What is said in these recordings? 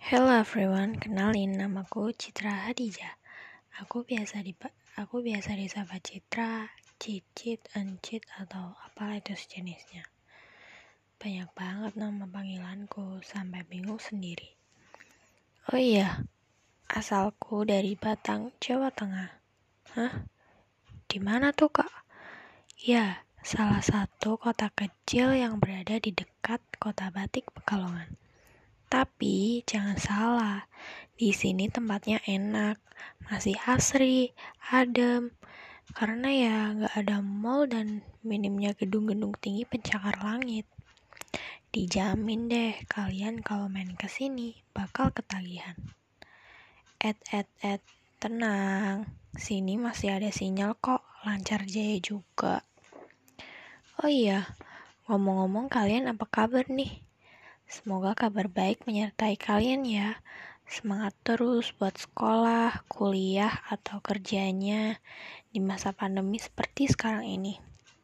Hello everyone, kenalin namaku Citra Hadijah. Aku biasa disapa Citra, Cicit, Encit atau apalah itu sejenisnya. Banyak banget nama panggilanku, sampai bingung sendiri. Oh iya, asalku dari Batang, Jawa Tengah. Hah? Di mana tuh, Kak? Ya, salah satu kota kecil yang berada di dekat Kota Batik, Pekalongan. Tapi jangan salah, di sini tempatnya enak, masih asri, adem, karena ya nggak ada mall dan minimnya gedung-gedung tinggi pencakar langit. Dijamin deh kalian kalau main ke sini bakal ketagihan. Tenang, sini masih ada sinyal kok, lancar jaya juga. Oh iya, ngomong-ngomong kalian apa kabar nih? Semoga kabar baik menyertai kalian ya. Semangat terus buat sekolah, kuliah, atau kerjanya di masa pandemi seperti sekarang ini.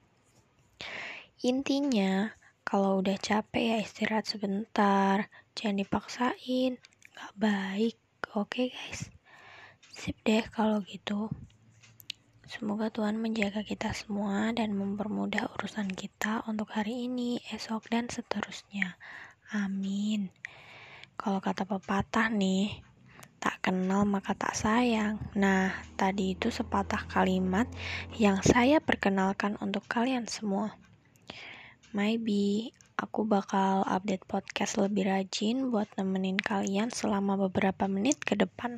Intinya, kalau udah capek ya istirahat sebentar. Jangan dipaksain, gak baik. Oke guys? Sip deh kalau gitu. Semoga Tuhan menjaga kita semua dan mempermudah urusan kita untuk hari ini, esok, dan seterusnya. Amin. Kalau kata pepatah nih, tak kenal maka tak sayang. Nah, tadi itu sepatah kalimat yang saya perkenalkan untuk kalian semua. Maybe aku bakal update podcast lebih rajin buat nemenin kalian selama beberapa menit ke depan.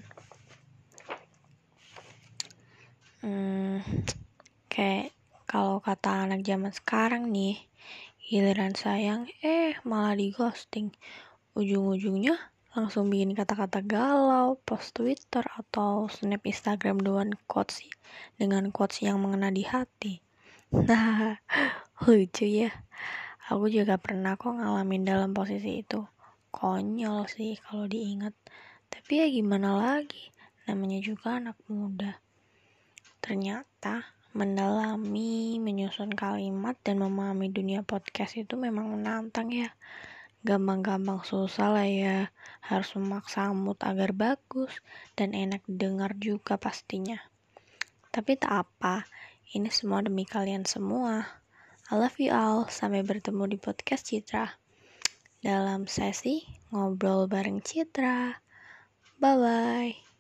Kayak kalau kata anak zaman sekarang nih, giliran sayang, malah di ghosting. Ujung-ujungnya langsung bikin kata-kata galau, post Twitter atau snap Instagram dengan quotes yang mengena di hati. Nah, lucu ya. Aku juga pernah kok ngalamin dalam posisi itu. Konyol sih kalau diingat. Tapi ya gimana lagi, namanya juga anak muda. Ternyata mendalami, menyusun kalimat, dan memahami dunia podcast itu memang menantang ya. Gampang-gampang susah lah ya, harus memaksa mood agar bagus dan enak didengar juga pastinya. Tapi tak apa, ini semua demi kalian semua. I love you all, sampai bertemu di podcast Citra dalam sesi ngobrol bareng Citra. Bye-bye.